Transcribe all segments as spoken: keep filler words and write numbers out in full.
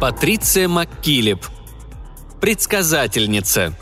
Патриция МакКиллип. Предсказательница.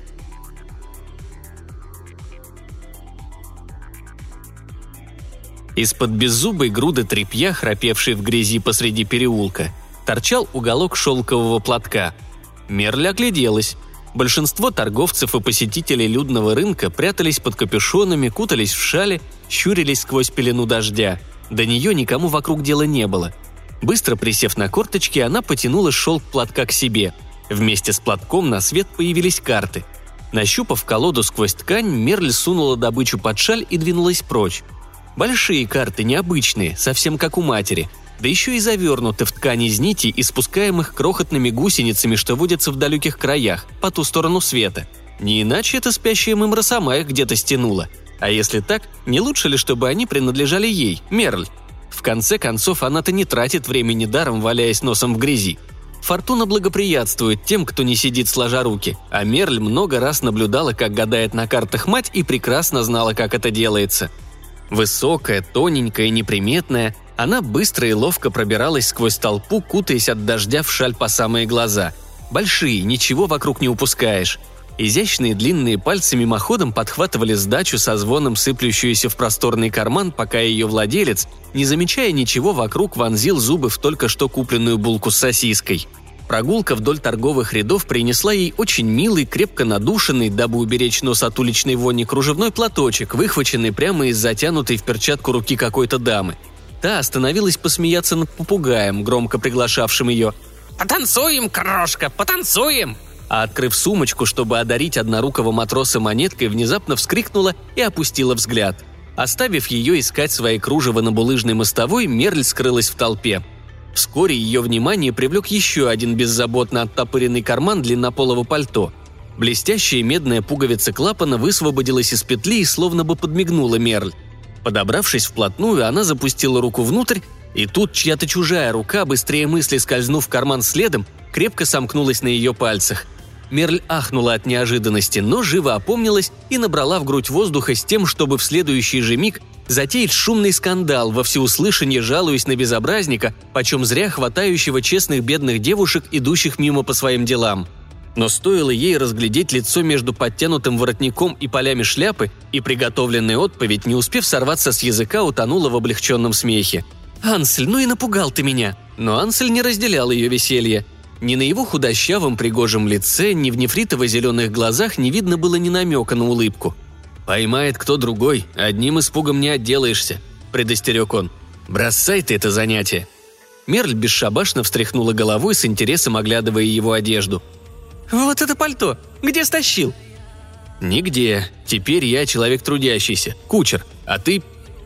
Из-под беззубой груды тряпья, храпевшей в грязи посреди переулка, торчал уголок шелкового платка. Мерль огляделась. Большинство торговцев и посетителей людного рынка прятались под капюшонами, кутались в шали, щурились сквозь пелену дождя. До нее никому вокруг дела не было. Быстро присев на корточки, она потянула шелк платка к себе. Вместе с платком на свет появились карты. Нащупав колоду сквозь ткань, Мерль сунула добычу под шаль и двинулась прочь. Большие карты, необычные, совсем как у матери, да еще и завернуты в ткань из нитей, испускаемых крохотными гусеницами, что водятся в далеких краях, по ту сторону света. Не иначе эта спящая мымра сама их где-то стянула. А если так, не лучше ли, чтобы они принадлежали ей, Мерль? В конце концов, она-то не тратит времени даром, валяясь носом в грязи. Фортуна благоприятствует тем, кто не сидит сложа руки, а Мерль много раз наблюдала, как гадает на картах мать, и прекрасно знала, как это делается. Высокая, тоненькая, неприметная, она быстро и ловко пробиралась сквозь толпу, кутаясь от дождя в шаль по самые глаза. Большие, ничего вокруг не упускаешь. Изящные длинные пальцы мимоходом подхватывали сдачу со звоном, сыплющуюся в просторный карман, пока ее владелец, не замечая ничего вокруг, вонзил зубы в только что купленную булку с сосиской. Прогулка вдоль торговых рядов принесла ей очень милый, крепко надушенный, дабы уберечь нос от уличной вони, кружевной платочек, выхваченный прямо из затянутой в перчатку руки какой-то дамы. Та остановилась посмеяться над попугаем, громко приглашавшим ее. «Потанцуем, крошка, потанцуем!» А открыв сумочку, чтобы одарить однорукого матроса монеткой, внезапно вскрикнула и опустила взгляд. Оставив ее искать свои кружева на булыжной мостовой, Мерль скрылась в толпе. Вскоре ее внимание привлек еще один беззаботно оттопыренный карман длиннополого пальто. Блестящая медная пуговица клапана высвободилась из петли и словно бы подмигнула Мерль. Подобравшись вплотную, она запустила руку внутрь, и тут чья-то чужая рука, быстрее мысли скользнув в карман следом, крепко сомкнулась на ее пальцах. Мерль ахнула от неожиданности, но живо опомнилась и набрала в грудь воздуха с тем, чтобы в следующий же миг затеять шумный скандал, во всеуслышание жалуясь на безобразника, почем зря хватающего честных бедных девушек, идущих мимо по своим делам. Но стоило ей разглядеть лицо между подтянутым воротником и полями шляпы, и приготовленная отповедь, не успев сорваться с языка, утонула в облегченном смехе. «Ансель, ну и напугал ты меня!» Но Ансель не разделял ее веселье. Ни на его худощавом пригожем лице, ни в нефритово-зеленых глазах не видно было ни намека на улыбку. «Поймает кто другой, одним испугом не отделаешься», – предостерег он. «Бросай ты это занятие». Мерль бесшабашно встряхнула головой, с интересом оглядывая его одежду. «Вот это пальто! Где стащил?» «Нигде. Теперь я человек трудящийся, кучер, а ты...»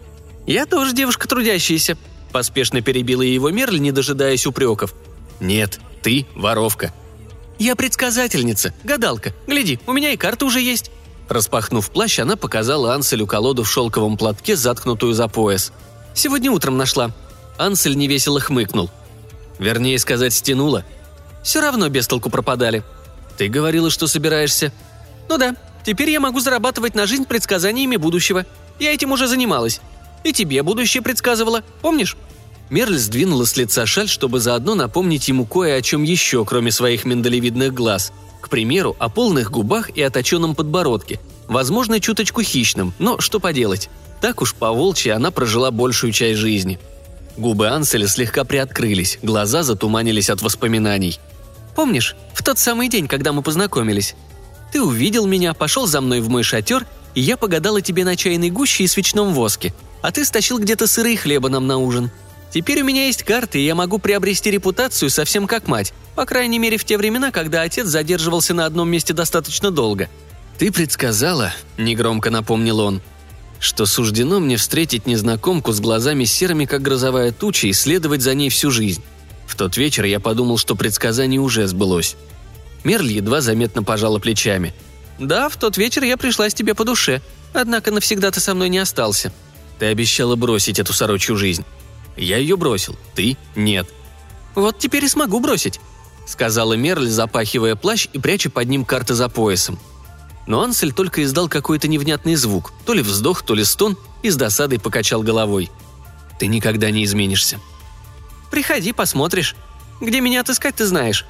«Я тоже девушка трудящаяся», – поспешно перебила его Мерль, не дожидаясь упреков. «Нет, ты воровка». «Я предсказательница, гадалка. Гляди, у меня и карта уже есть». Распахнув плащ, она показала Анселю колоду в шелковом платке, заткнутую за пояс. «Сегодня утром нашла». Ансель невесело хмыкнул. «Вернее сказать, стянула». «Все равно без толку пропадали». «Ты говорила, что собираешься?» «Ну да, теперь я могу зарабатывать на жизнь предсказаниями будущего. Я этим уже занималась. И тебе будущее предсказывала, помнишь?» Мерль сдвинула с лица шаль, чтобы заодно напомнить ему кое о чем еще, кроме своих миндалевидных глаз. К примеру, о полных губах и о точенном подбородке. Возможно, чуточку хищным, но что поделать. Так уж по-волчьи она прожила большую часть жизни. Губы Анселя слегка приоткрылись, глаза затуманились от воспоминаний. «Помнишь, в тот самый день, когда мы познакомились? Ты увидел меня, пошел за мной в мой шатер, и я погадала тебе на чайной гуще и свечном воске, а ты стащил где-то сыра и хлеба нам на ужин. Теперь у меня есть карты, и я могу приобрести репутацию совсем как мать, по крайней мере в те времена, когда отец задерживался на одном месте достаточно долго». «Ты предсказала», — негромко напомнил он, «что суждено мне встретить незнакомку с глазами серыми, как грозовая туча, и следовать за ней всю жизнь. В тот вечер я подумал, что предсказание уже сбылось». Мерль едва заметно пожала плечами. «Да, в тот вечер я пришлась тебе по душе, однако навсегда ты со мной не остался. Ты обещала бросить эту сорочью жизнь. Я ее бросил, ты – нет». «Вот теперь и смогу бросить», – сказала Мерль, запахивая плащ и пряча под ним карты за поясом. Но Ансель только издал какой-то невнятный звук, то ли вздох, то ли стон, и с досадой покачал головой. «Ты никогда не изменишься». «Приходи, посмотришь». Где меня отыскать, ты знаешь?»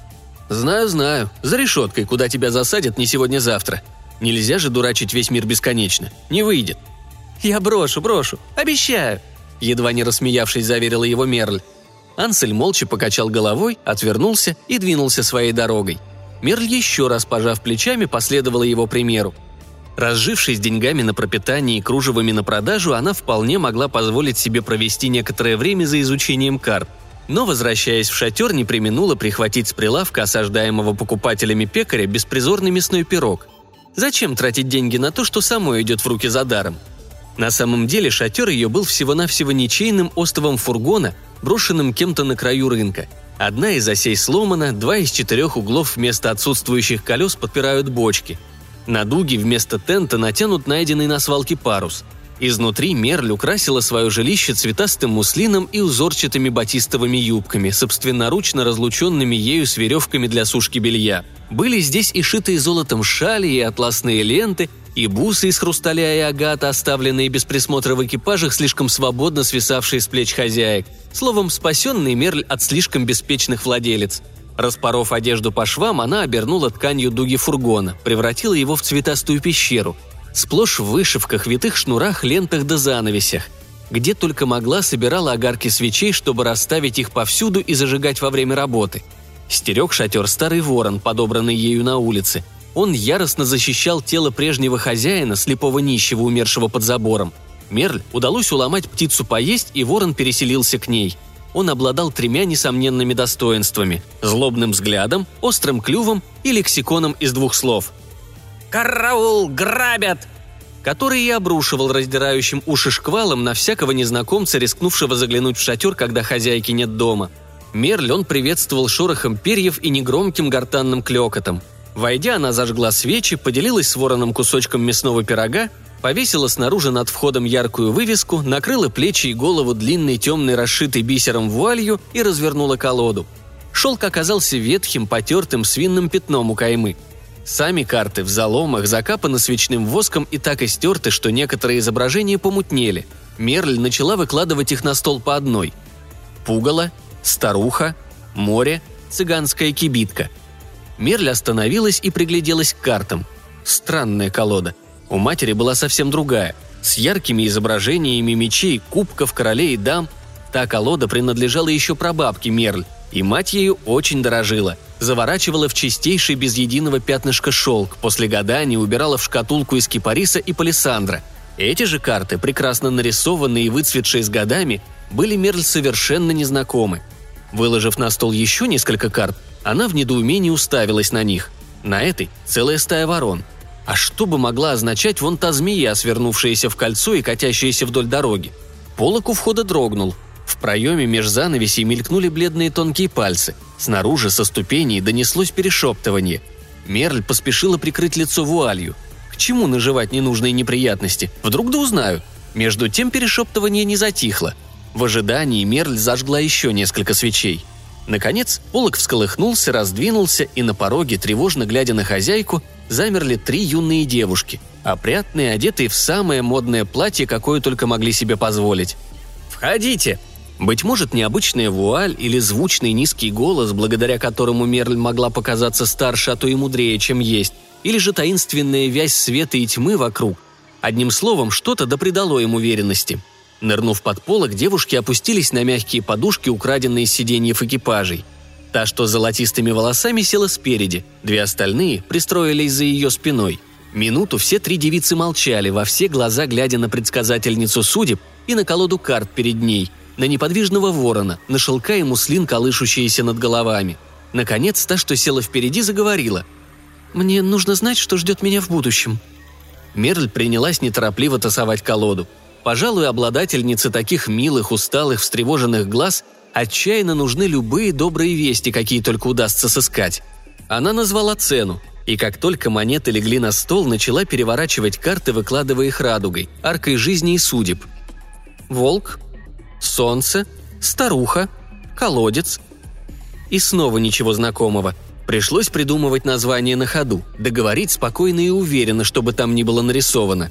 «Знаю, знаю. За решеткой, куда тебя засадят не сегодня-завтра. Нельзя же дурачить весь мир бесконечно. Не выйдет». «Я брошу, брошу. Обещаю!» Едва не рассмеявшись, заверила его Мерль. Ансель молча покачал головой, отвернулся и двинулся своей дорогой. Мерль, еще раз пожав плечами, последовала его примеру. Разжившись деньгами на пропитание и кружевами на продажу, она вполне могла позволить себе провести некоторое время за изучением карт. Но, возвращаясь в шатер, не преминула прихватить с прилавка осаждаемого покупателями пекаря беспризорный мясной пирог. Зачем тратить деньги на то, что само идет в руки за даром? На самом деле шатер ее был всего-навсего ничейным остовом фургона, брошенным кем-то на краю рынка. Одна из осей сломана, два из четырех углов вместо отсутствующих колес подпирают бочки. На дуге вместо тента натянут найденный на свалке парус. Изнутри Мерль украсила свое жилище цветастым муслином и узорчатыми батистовыми юбками, собственноручно разлученными ею с веревками для сушки белья. Были здесь и шитые золотом шали, и атласные ленты, и бусы из хрусталя и агата, оставленные без присмотра в экипажах, слишком свободно свисавшие с плеч хозяек. Словом, спасенный Мерль от слишком беспечных владелец. Распоров одежду по швам, она обернула тканью дуги фургона, превратила его в цветастую пещеру. Сплошь в вышивках, витых шнурах, лентах да занавесях. Где только могла, собирала огарки свечей, чтобы расставить их повсюду и зажигать во время работы. Стерег шатер старый ворон, подобранный ею на улице. Он яростно защищал тело прежнего хозяина, слепого нищего, умершего под забором. Мерль удалось уломать птицу поесть, и ворон переселился к ней. Он обладал тремя несомненными достоинствами – злобным взглядом, острым клювом и лексиконом из двух слов. «Караул! Грабят!», который и обрушивал раздирающим уши шквалом на всякого незнакомца, рискнувшего заглянуть в шатер, когда хозяйки нет дома. Мерль он приветствовал шорохом перьев и негромким гортанным клёкотом. Войдя, она зажгла свечи, поделилась с вороном кусочком мясного пирога, повесила снаружи над входом яркую вывеску, накрыла плечи и голову длинной темной расшитой бисером вуалью и развернула колоду. Шелк оказался ветхим, потертым, с винным пятном у каймы. Сами карты в заломах закапаны свечным воском и так истерты, что некоторые изображения помутнели. Мерль начала выкладывать их на стол по одной. Пугало, старуха, море, цыганская кибитка. Мерль остановилась и пригляделась к картам. Странная колода. У матери была совсем другая, с яркими изображениями мечей, кубков, королей и дам. Та колода принадлежала еще прабабке Мерль, и мать ею очень дорожила. Заворачивала в чистейший без единого пятнышка шелк, после гадания убирала в шкатулку из кипариса и палисандра. Эти же карты, прекрасно нарисованные и выцветшие с годами, были Мерль совершенно незнакомы. Выложив на стол еще несколько карт, она в недоумении уставилась на них. На этой целая стая ворон. А что бы могла означать вон та змея, свернувшаяся в кольцо и катящаяся вдоль дороги? Полок у входа дрогнул. В проеме меж занавесей мелькнули бледные тонкие пальцы. Снаружи со ступеней донеслось перешептывание. Мерль поспешила прикрыть лицо вуалью. К чему наживать ненужные неприятности? Вдруг да узнаю. Между тем перешептывание не затихло. В ожидании Мерль зажгла еще несколько свечей. Наконец, полог всколыхнулся, раздвинулся, и на пороге, тревожно глядя на хозяйку, замерли три юные девушки, опрятные, одетые в самое модное платье, какое только могли себе позволить. «Входите!» Быть может, необычная вуаль или звучный низкий голос, благодаря которому Мерль могла показаться старше, а то и мудрее, чем есть, или же таинственная вязь света и тьмы вокруг. Одним словом, что-то да придало им уверенности. Нырнув под полог, девушки опустились на мягкие подушки, украденные из сиденьев экипажей. Та, что с золотистыми волосами, села спереди, две остальные пристроились за ее спиной. Минуту все три девицы молчали, во все глаза глядя на предсказательницу судеб и на колоду карт перед ней, на неподвижного ворона, на шелка и муслин, колышущиеся над головами. Наконец, та, что села впереди, заговорила. «Мне нужно знать, что ждет меня в будущем». Мерль принялась неторопливо тасовать колоду. Пожалуй, обладательнице таких милых, усталых, встревоженных глаз отчаянно нужны любые добрые вести, какие только удастся сыскать. Она назвала цену, и как только монеты легли на стол, начала переворачивать карты, выкладывая их радугой, аркой жизни и судеб. Волк, солнце, старуха, колодец. И снова ничего знакомого. Пришлось придумывать название на ходу, договорить спокойно и уверенно, чтобы там не было нарисовано.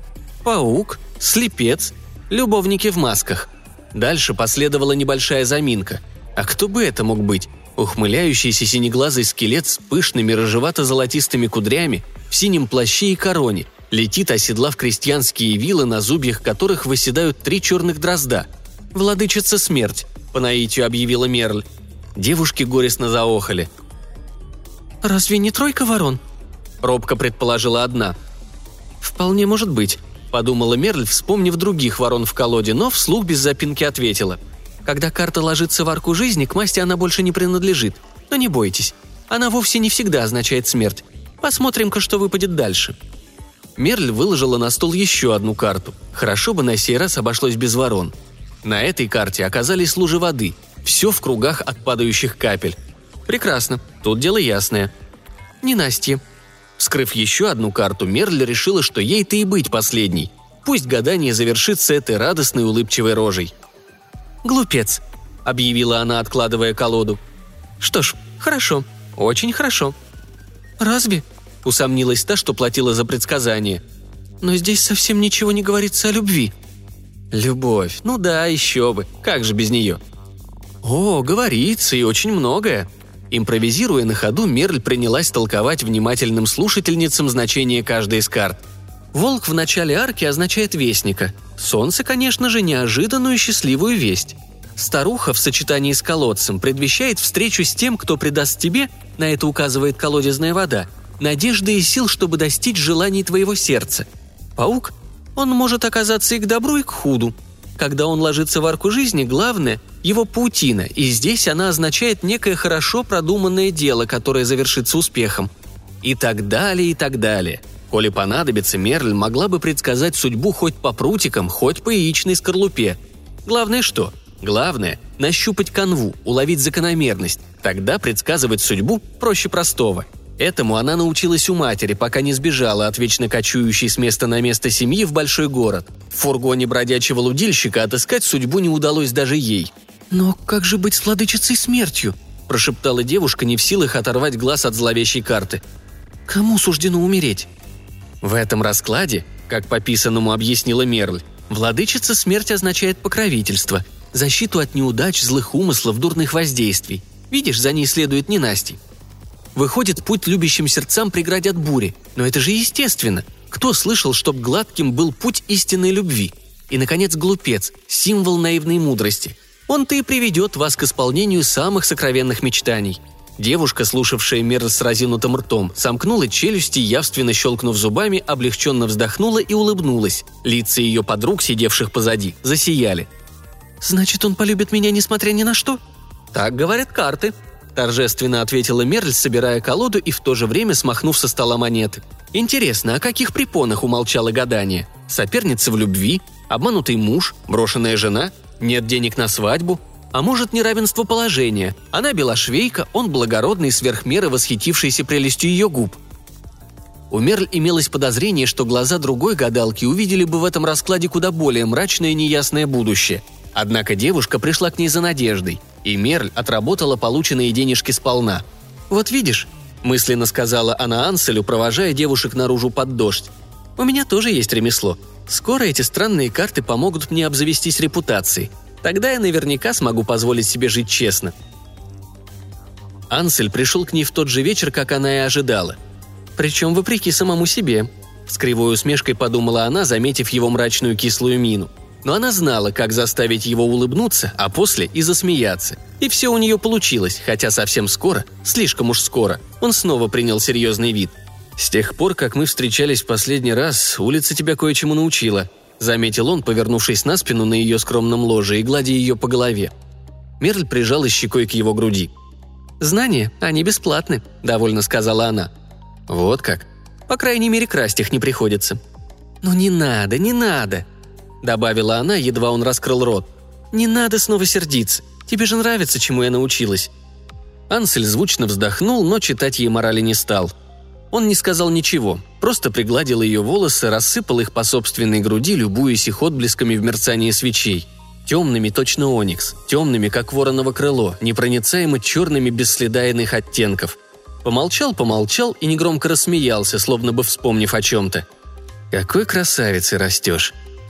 Паук, слепец, любовники в масках. Дальше последовала небольшая заминка. А кто бы это мог быть? Ухмыляющийся синеглазый скелет с пышными рыжевато-золотистыми кудрями, в синем плаще и короне, летит, оседлав крестьянские вилы, на зубьях которых восседают три черных дрозда. «Владычица смерть», — по наитию объявила Мерль. Девушки горестно заохали. «Разве не тройка ворон?» — робко предположила одна. «Вполне может быть», — подумала Мерль, вспомнив других ворон в колоде, но вслух без запинки ответила. «Когда карта ложится в арку жизни, к масти она больше не принадлежит. Но не бойтесь, она вовсе не всегда означает смерть. Посмотрим-ка, что выпадет дальше». Мерль выложила на стол еще одну карту. Хорошо бы на сей раз обошлось без ворон. На этой карте оказались лужи воды. Все в кругах от падающих капель. Прекрасно, тут дело ясное. Ненастье. Вскрыв еще одну карту, Мерль решила, что ей-то и быть последней. Пусть гадание завершится этой радостной улыбчивой рожей. «Глупец», — объявила она, откладывая колоду. «Что ж, хорошо, очень хорошо». «Разве?» — усомнилась та, что платила за предсказание. «Но здесь совсем ничего не говорится о любви». «Любовь, ну да, еще бы, как же без нее?» «О, говорится, и очень многое». Импровизируя на ходу, Мерль принялась толковать внимательным слушательницам значение каждой из карт. Волк в начале арки означает вестника. Солнце, конечно же, неожиданную счастливую весть. Старуха в сочетании с колодцем предвещает встречу с тем, кто придаст тебе, на это указывает колодезная вода, надежды и сил, чтобы достичь желаний твоего сердца. Паук, он может оказаться и к добру, и к худу. Когда он ложится в арку жизни, главное – его паутина, и здесь она означает некое хорошо продуманное дело, которое завершится успехом. И так далее, и так далее. Коли понадобится, Мерль могла бы предсказать судьбу хоть по прутикам, хоть по яичной скорлупе. Главное что? Главное – нащупать канву, уловить закономерность. Тогда предсказывать судьбу проще простого. Этому она научилась у матери, пока не сбежала от вечно кочующей с места на место семьи в большой город. В фургоне бродячего лудильщика отыскать судьбу не удалось даже ей. «Но как же быть с владычицей смертью?» – прошептала девушка, не в силах оторвать глаз от зловещей карты. «Кому суждено умереть?» В этом раскладе, как по писанному объяснила Мерль, владычица смерть означает покровительство, защиту от неудач, злых умыслов, дурных воздействий. Видишь, за ней следует ненастье. Выходит, путь любящим сердцам преградят бури. Но это же естественно. Кто слышал, чтоб гладким был путь истинной любви? И, наконец, глупец, символ наивной мудрости. Он-то и приведет вас к исполнению самых сокровенных мечтаний. Девушка, слушавшая Мерль с разинутым ртом, сомкнула челюсти, явственно щелкнув зубами, облегченно вздохнула и улыбнулась. Лица ее подруг, сидевших позади, засияли. «Значит, он полюбит меня, несмотря ни на что?» «Так говорят карты», – торжественно ответила Мерль, собирая колоду и в то же время смахнув со стола монеты. «Интересно, о каких препонах умолчало гадание? Соперница в любви? Обманутый муж? Брошенная жена? Нет денег на свадьбу? А может, неравенство положения? Она белошвейка, он благородный, сверх меры восхитившийся прелестью ее губ». У Мерль имелось подозрение, что глаза другой гадалки увидели бы в этом раскладе куда более мрачное и неясное будущее. Однако девушка пришла к ней за надеждой, и Мерль отработала полученные денежки сполна. «Вот видишь», – мысленно сказала она Анселю, провожая девушек наружу под дождь, – «у меня тоже есть ремесло. Скоро эти странные карты помогут мне обзавестись репутацией. Тогда я наверняка смогу позволить себе жить честно». Ансель пришел к ней в тот же вечер, как она и ожидала. Причем вопреки самому себе. С кривой усмешкой подумала она, заметив его мрачную кислую мину. Но она знала, как заставить его улыбнуться, а после и засмеяться. И все у нее получилось, хотя совсем скоро, слишком уж скоро, он снова принял серьезный вид. «С тех пор, как мы встречались в последний раз, улица тебя кое-чему научила», заметил он, повернувшись на спину на ее скромном ложе и гладя ее по голове. Мерль прижала щекой к его груди. «Знания, они бесплатны», — довольно сказала она. «Вот как? По крайней мере, красть их не приходится». «Ну не надо, не надо», — добавила она, едва он раскрыл рот. «Не надо снова сердиться. Тебе же нравится, чему я научилась». Ансель звучно вздохнул, но читать ей морали не стал. Он не сказал ничего, просто пригладил ее волосы, рассыпал их по собственной груди, любуясь их отблесками в мерцании свечей. Темными, точно оникс, темными, как вороново крыло, непроницаемо черными, без следа иных оттенков. Помолчал-помолчал и негромко рассмеялся, словно бы вспомнив о чем-то. «Какой красавицей растешь!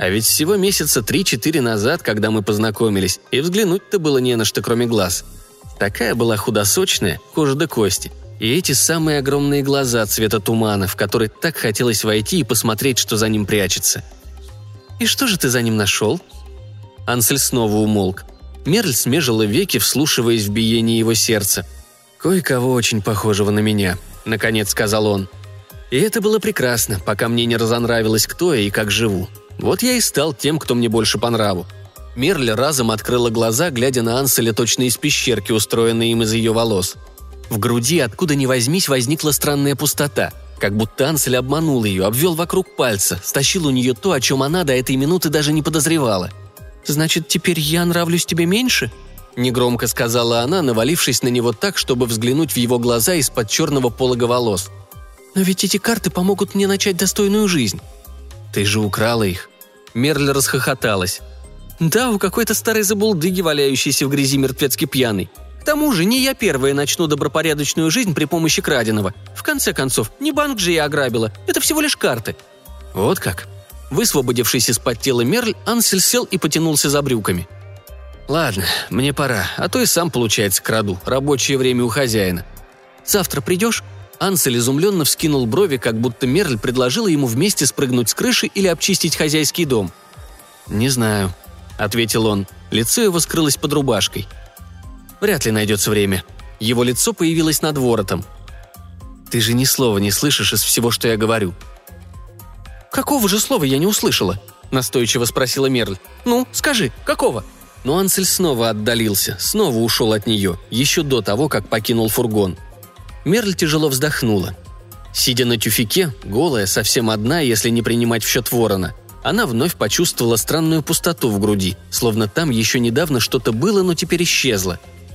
А ведь всего месяца три-четыре назад, когда мы познакомились, и взглянуть-то было не на что, кроме глаз. Такая была худосочная, кожа до кости. И эти самые огромные глаза цвета тумана, в который так хотелось войти и посмотреть, что за ним прячется. «И что же ты за ним нашел?» Ансель снова умолк. Мерль смежила веки, вслушиваясь в биение его сердца. «Кое-кого очень похожего на меня», — наконец сказал он. «И это было прекрасно, пока мне не разонравилось, кто я и как живу. Вот я и стал тем, кто мне больше по нраву». Мерль разом открыла глаза, глядя на Анселя точно из пещерки, устроенной им из ее волос. В груди, откуда ни возьмись, возникла странная пустота, как будто Ансель обманул ее, обвел вокруг пальца, стащил у нее то, о чем она до этой минуты даже не подозревала. «Значит, теперь я нравлюсь тебе меньше?» – негромко сказала она, навалившись на него так, чтобы взглянуть в его глаза из-под черного полога волос. «Но ведь эти карты помогут мне начать достойную жизнь». «Ты же украла их». Мерль расхохоталась. «Да, у какой-то старой забулдыги, валяющейся в грязи мертвецки пьяной. К тому же не я первая начну добропорядочную жизнь при помощи краденого. В конце концов, не банк же я ограбила, это всего лишь карты». «Вот как». Высвободившись из-под тела Мерль, Ансель сел и потянулся за брюками. «Ладно, мне пора, а то и сам, получается, краду. Рабочее время у хозяина». «Завтра придешь?» Ансель изумленно вскинул брови, как будто Мерль предложила ему вместе спрыгнуть с крыши или обчистить хозяйский дом. «Не знаю», — ответил он. Лицо его скрылось под рубашкой. «Вряд ли найдется время». Его лицо появилось над воротом. «Ты же ни слова не слышишь из всего, что я говорю». «Какого же слова я не услышала?» – настойчиво спросила Мерль. «Ну, скажи, какого?» Но Ансель снова отдалился, снова ушел от нее, еще до того, как покинул фургон. Мерль тяжело вздохнула. Сидя на тюфяке, голая, совсем одна, если не принимать в счет ворона, она вновь почувствовала странную пустоту в груди, словно там еще недавно что-то было, но теперь исчезло.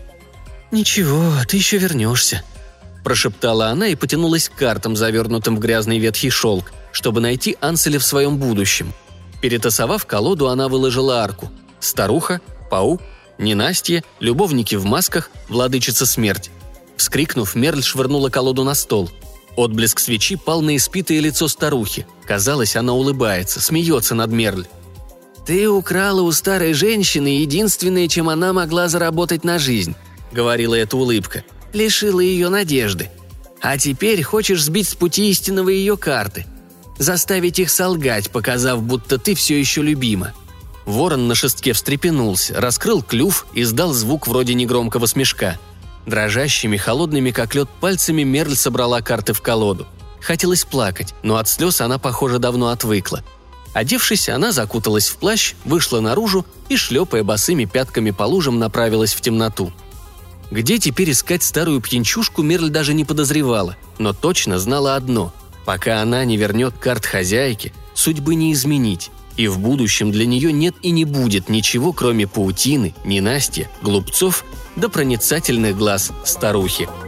«Ничего, ты еще вернешься», – прошептала она и потянулась к картам, завернутым в грязный ветхий шелк, чтобы найти Анселя в своем будущем. Перетасовав колоду, она выложила арку. Старуха, паук, ненастье, любовники в масках, владычица смерть. Вскрикнув, Мерль швырнула колоду на стол. Отблеск свечи пал на испитое лицо старухи. Казалось, она улыбается, смеется над Мерль. «Ты украла у старой женщины единственное, чем она могла заработать на жизнь», — говорила эта улыбка. «Лишила ее надежды. А теперь хочешь сбить с пути истинного ее карты. Заставить их солгать, показав, будто ты все еще любима». Ворон на шестке встрепенулся, раскрыл клюв и издал звук вроде негромкого смешка. Дрожащими, холодными, как лед, пальцами Мерль собрала карты в колоду. Хотелось плакать, но от слез она, похоже, давно отвыкла. Одевшись, она закуталась в плащ, вышла наружу и, шлепая босыми пятками по лужам, направилась в темноту. Где теперь искать старую пьянчушку, Мерль даже не подозревала, но точно знала одно – пока она не вернет карт хозяйке, судьбы не изменить, и в будущем для нее нет и не будет ничего, кроме паутины, ненастья, глупцов да проницательных глаз старухи.